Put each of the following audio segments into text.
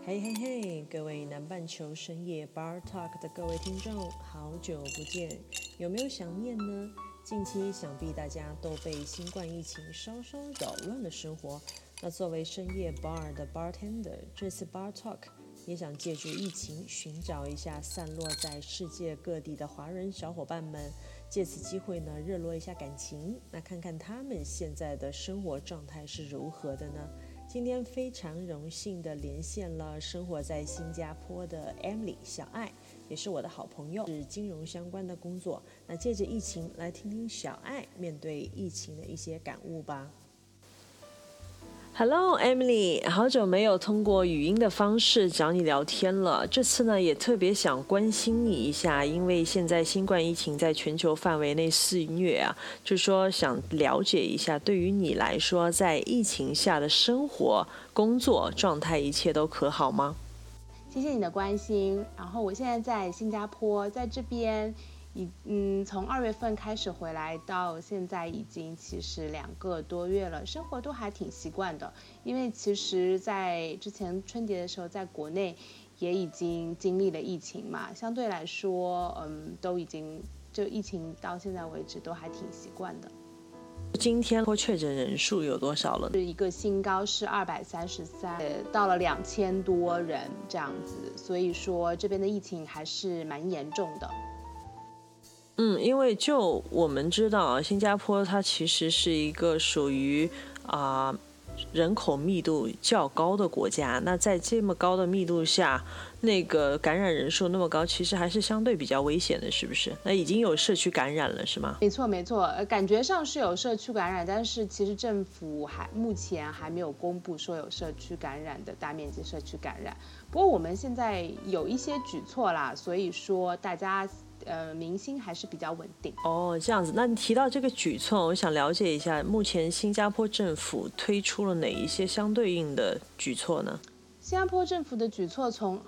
嘿嘿嘿，各位南半球深夜 Bar Talk 的各位听众，好久不见，有没有想念呢？近期想必大家都被新冠疫情稍稍扰乱了生活。那作为深夜 Bar 的 Bartender， 这次 Bar Talk 也想借助疫情寻找一下散落在世界各地的华人小伙伴们，借此机会呢热络一下感情，那看看他们现在的生活状态是如何的呢？今天非常荣幸的连线了生活在新加坡的 Emily 小爱，也是我的好朋友，是金融相关的工作。那借着疫情来听听小爱面对疫情的一些感悟吧。Hello Emily， 好久没有通过语音的方式找你聊天了。这次呢也特别想关心你一下，因为现在新冠疫情在全球范围内肆虐啊，就是说想了解一下，对于你来说，在疫情下的生活、工作状态，一切都可好吗？ 谢谢你的关心。然后我现在在新加坡，在这边从2月份开始回来，到现在已经其实2个多月了，生活都还挺习惯的。因为其实在之前春节的时候，在国内也已经经历了疫情嘛，相对来说，都已经就疫情到现在为止都还挺习惯的。 今天确诊人数有多少了？ 是一个新高是233，到了2000多人这样子，所以说这边的疫情还是蛮严重的。 因为就我们知道啊，新加坡它其实是一个属于人口密度较高的国家，那在这么高的密度下，那个感染人数那么高，其实还是相对比较危险的，是不是？那已经有社区感染了，是吗？ 没错，感觉上是有社区感染，但是其实政府目前还没有公布说有社区感染的大面积社区感染。不过我们现在有一些举措啦，所以说大家民心还是比较稳定。 哦，这样子。那你提到这个举措，我想了解一下，目前新加坡政府推出了哪一些相对应的举措呢？ 新加坡政府的举措从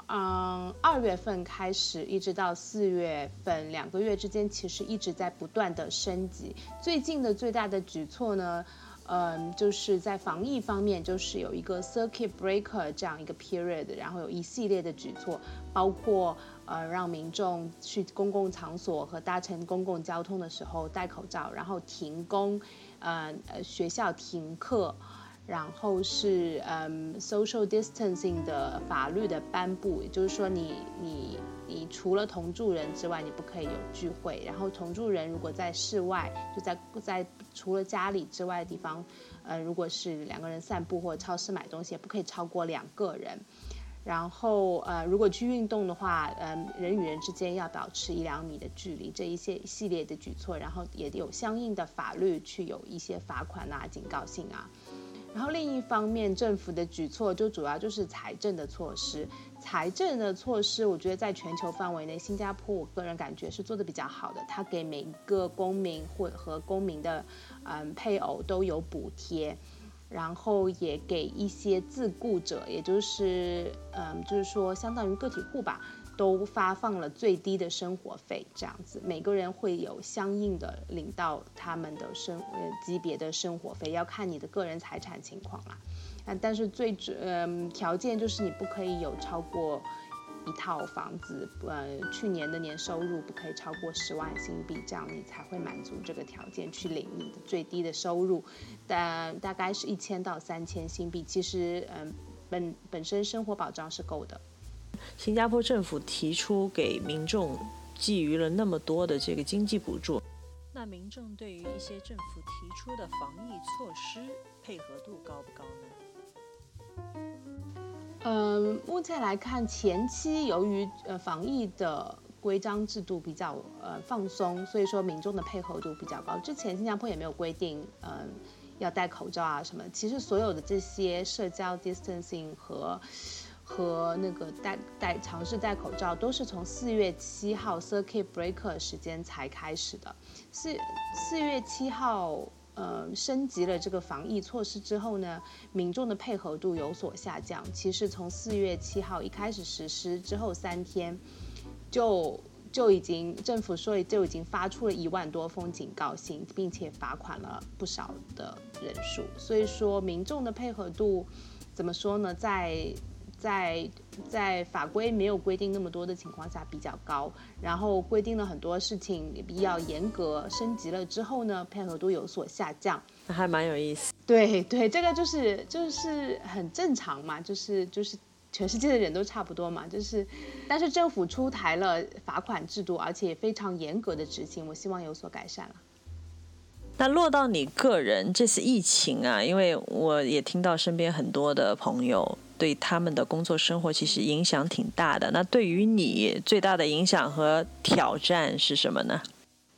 2月份开始，一直到4月份2个月之间，其实一直在不断的升级。最近的最大的举措呢，就是在防疫方面，就是有一个 circuit breaker 这样一个 period， 然后有一系列的举措，包括让民众去公共场所和搭乘公共交通的时候戴口罩，然后停工，学校停课。然后是social distancing 的法律的颁布，也就是说你除了同住人之外，你不可以有聚会。然后同住人如果在室外，就在除了家里之外的地方，如果是2个人散步或者超市买东西，也不可以超过2个人。然后如果去运动的话，人与人之间要保持1-2米的距离，这一系列的举措，然后也有相应的法律去有一些罚款啊、警告性啊。然后另一方面，政府的举措就主要就是财政的措施。财政的措施，我觉得在全球范围内，新加坡我个人感觉是做得比较好的。它给每一个公民和公民的配偶都有补贴，然后也给一些自雇者，也就是就是说相当于个体户吧，都发放了最低的生活费，这样子每个人会有相应的领到他们的级别的生活费，要看你的个人财产情况啦。但是条件就是你不可以有超过一套房子，去年的年收入不可以超过10万新币，这样你才会满足这个条件去领你的最低的收入，大概是1000到3000新币。其实本身生活保障是够的。 新加坡政府提出给民众寄予了那么多的这个经济补助，那民众对于一些政府提出的防疫措施配合度高不高呢？ 目前来看，前期由于防疫的规章制度比较放松，所以说民众的配合度比较高。之前新加坡也没有规定要戴口罩啊什么，其实所有的这些社交 distancing 和那个尝试戴口罩都是从4月7号 circuit breaker 时间才开始的。4月7号升级了这个防疫措施之后呢，民众的配合度有所下降。其实从4月7号一开始实施之后3天，就已经政府说就已经发出了1万多封警告信，并且罚款了不少的人数。所以说民众的配合度怎么说呢， 在法规没有规定那么多的情况下比较高，然后规定了很多事情比较严格，升级了之后呢，配合度有所下降， 那还蛮有意思。 对对，这个就是很正常嘛，就是全世界的人都差不多嘛，但是政府出台了罚款制度，而且也非常严格的执行，我希望有所改善了。 那落到你个人，这次疫情啊，因为我也听到身边很多的朋友对他们的工作生活其实影响挺大的。那对于你最大的影响和挑战是什么呢？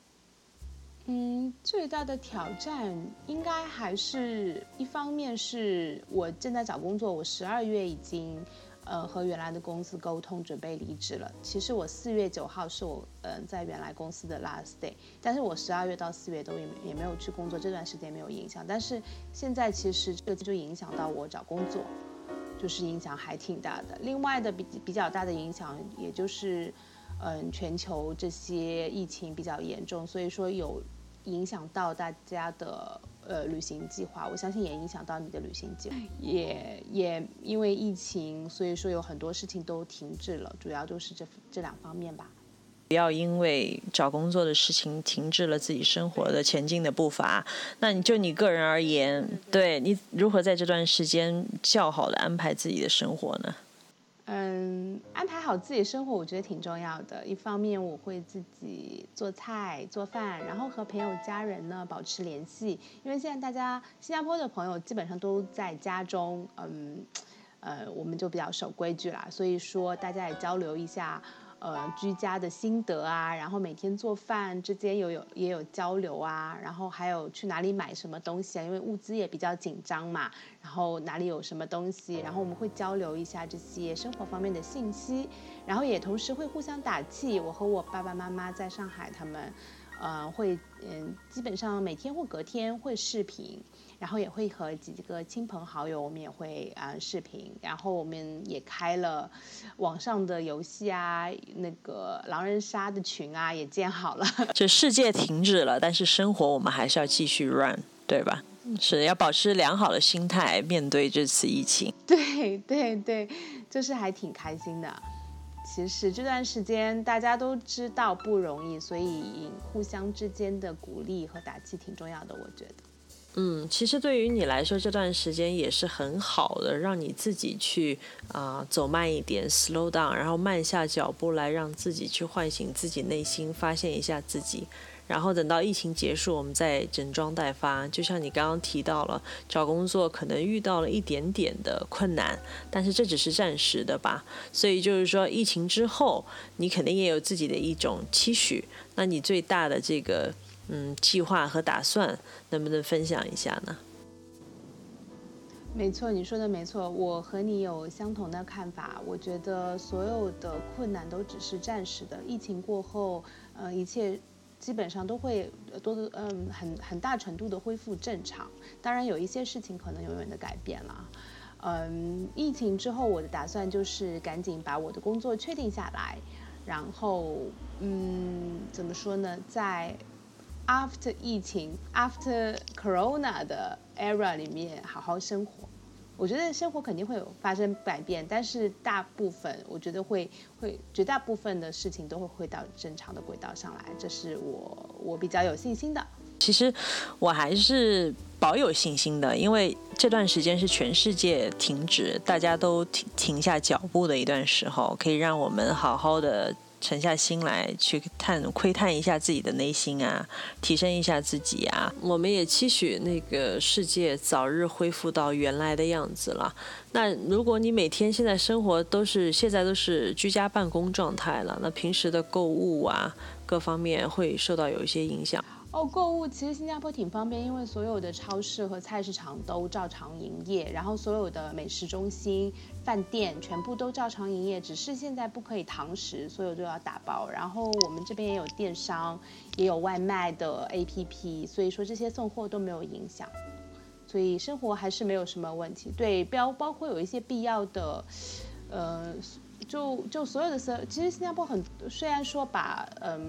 最大的挑战应该还是一方面是我正在找工作，我12月已经和原来的公司沟通准备离职了。其实我4月9号是我在原来公司的 last day， 但是我12月到4月都也没有去工作，这段时间没有影响。但是现在其实这就影响到我找工作，就是影响还挺大的。另外的比较大的影响，也就是全球这些疫情比较严重，所以说有影响到大家的旅行计划，我相信也影响到你的旅行计划，也因为疫情，所以说有很多事情都停滞了，主要就是这两方面吧。 不要因为找工作的事情停滞了自己生活的前进的步伐。那你个人而言，对你如何在这段时间较好的安排自己的生活呢？ 安排好自己的生活，我觉得挺重要的。一方面我会自己做菜做饭，然后和朋友家人呢保持联系，因为现在新加坡的朋友基本上都在家中，我们就比较守规矩啦，所以说大家也交流一下居家的心得啊，然后每天做饭之间也有交流啊，然后还有去哪里买什么东西啊，因为物资也比较紧张嘛，然后哪里有什么东西，然后我们会交流一下这些生活方面的信息，然后也同时会互相打气。我和我爸爸妈妈在上海，他们基本上每天或隔天会视频，然后也会和几个亲朋好友，我们也会视频，然后我们也开了网上的游戏啊，那个狼人杀的群啊也建好了。 就世界停止了，但是生活我们还是要继续 run， 对吧？是要保持良好的心态面对这次疫情。 对对对，就是还挺开心的。其实这段时间大家都知道不容易，所以互相之间的鼓励和打气挺重要的，我觉得。 其实对于你来说，这段时间也是很好的，让你自己去走慢一点 ，slow down， 然后慢下脚步来，让自己去唤醒自己内心，发现一下自己。然后等到疫情结束，我们再整装待发。就像你刚刚提到了，找工作可能遇到了一点点的困难，但是这只是暂时的吧。所以就是说，疫情之后，你肯定也有自己的一种期许。那你最大的这个计划和打算，能不能分享一下呢？ 没错，你说的没错，我和你有相同的看法。我觉得所有的困难都只是暂时的，疫情过后，一切基本上都会很大程度的恢复正常。当然有一些事情可能永远的改变了。疫情之后我的打算就是赶紧把我的工作确定下来，然后怎么说呢，在 after 疫情 after corona 的 era 里面好好生活。我觉得生活肯定会有发生改变，但是大部分我觉得绝大部分的事情都会回到正常的轨道上来，这是我比较有信心的。 其实我还是保有信心的，因为这段时间是全世界停止，大家都停下脚步的一段时候，可以让我们好好的沉下心来去窥探一下自己的内心啊，提升一下自己啊。我们也期许那个世界早日恢复到原来的样子了。那如果你每天现在生活现在都是居家办公状态了，那平时的购物啊各方面会受到有一些影响。 购物其实新加坡挺方便，因为所有的超市和菜市场都照常营业，然后所有的美食中心、饭店全部都照常营业，只是现在不可以堂食，所有都要打包。然后我们这边也有电商，也有外卖的 APP， 所以说这些送货都没有影响，所以生活还是没有什么问题。对，包括有一些必要的，就所有的其实新加坡虽然说把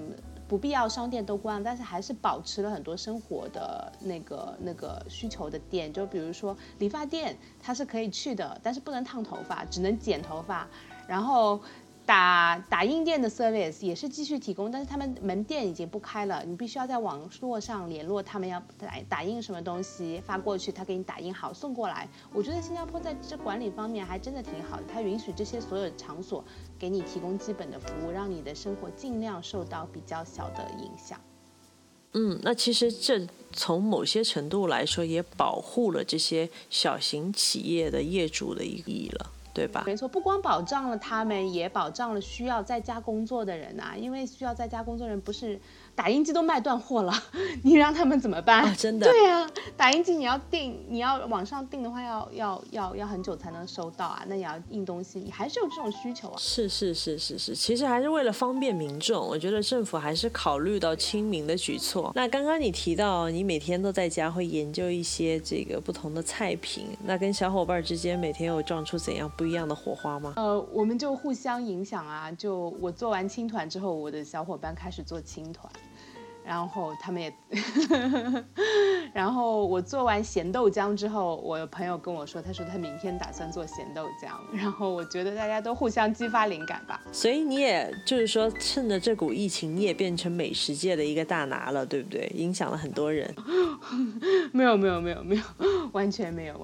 不必要商店都关了，但是还是保持了很多生活的那个需求的店，就比如说理发店，它是可以去的，但是不能烫头发，只能剪头发。然后打印店的 service 也是继续提供，但是他们门店已经不开了，你必须要在网络上联络他们要打印什么东西发过去，他给你打印好送过来。我觉得新加坡在这管理方面还真的挺好的，它允许这些所有场所给你提供基本的服务，让你的生活尽量受到比较小的影响。 那其实这从某些程度来说也保护了这些小型企业的业主的意义了，对吧？ 没错，不光保障了他们，也保障了需要在家工作的人啊。因为需要在家工作的人不是打印机都卖断货了，你让他们怎么办？ 真的？ 对啊，打印机你要订，你要网上订的话要很久才能收到啊。那你要印东西，你还是有这种需求啊。 是，其实还是为了方便民众，我觉得政府还是考虑到亲民的举措。那刚刚你提到你每天都在家会研究一些这个不同的菜品，那跟小伙伴之间每天有撞出怎样不一样的火花吗？ 我们就互相影响啊。就我做完青团之后，我的小伙伴开始做青团，然后他们也然后我做完咸豆浆之后，我有朋友跟我说，他说他明天打算做咸豆浆，然后我觉得大家都互相激发灵感吧。 所以你也就是说趁着这股疫情，你也变成美食界的一个大拿了，对不对？影响了很多人。 没有，完全没有，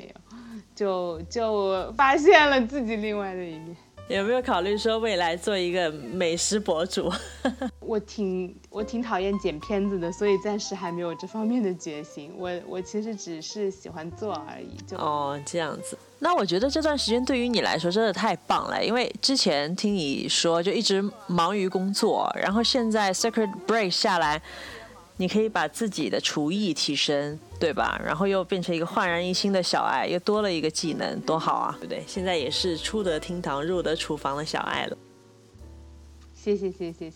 就发现了自己另外的一面。 有没有考虑说未来做一个美食博主？ 我挺讨厌剪片子的，所以暂时还没有这方面的决心。我其实只是喜欢做而已。 这样子。那我觉得这段时间对于你来说真的太棒了，因为之前听你说就一直忙于工作，然后现在 circuit break 下来，你可以把自己的厨艺提升，对吧？然后又变成一个焕然一新的小爱，又多了一个技能，多好啊，对不对？现在也是出得厅堂入得厨房的小爱了。 谢谢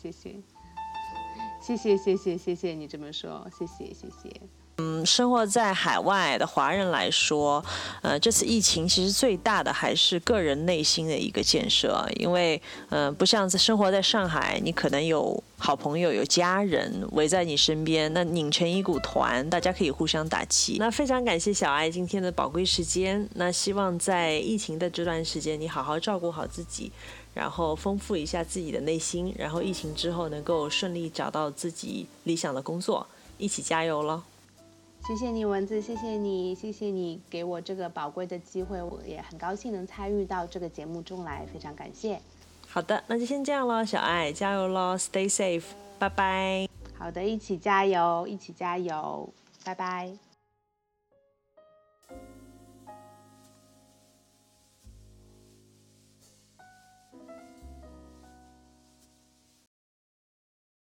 你这么说，谢谢。 生活在海外的华人来说，这次疫情其实最大的还是个人内心的一个建设，因为不像生活在上海，你可能有好朋友、有家人围在你身边，那拧成一股团，大家可以互相打气。那非常感谢小爱今天的宝贵时间，那希望在疫情的这段时间，你好好照顾好自己，然后丰富一下自己的内心，然后疫情之后能够顺利找到自己理想的工作，一起加油咯。 谢谢你蚊子，谢谢你给我这个宝贵的机会，我也很高兴能参与到这个节目中来，非常感谢。 好的，那就先这样咯，小爱加油咯 ，Stay safe， 拜拜。 好的，一起加油，拜拜。